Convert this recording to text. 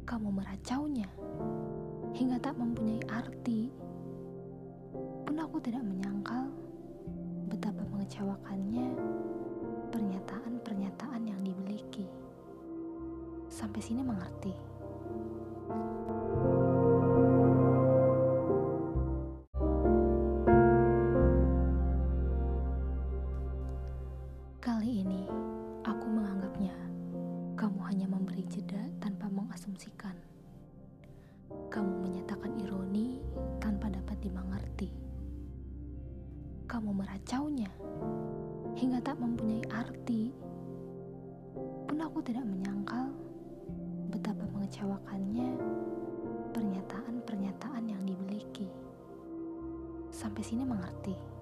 Kamu meracaunya hingga tak mempunyai arti. Pun aku tidak menyangkal betapa mengecewakannya pernyataan-pernyataan yang dimiliki. Sampai sini mengerti. Kali ini aku menganggapnya kamu hanya memberi jeda tanpa mengasumsikan. Kamu menyatakan ironi tanpa dapat dimengerti. Kamu meracaunya hingga tak mempunyai arti. Pun aku tidak menyangkal betapa mengecewakannya pernyataan-pernyataan yang dimiliki. Sampai sini mengerti.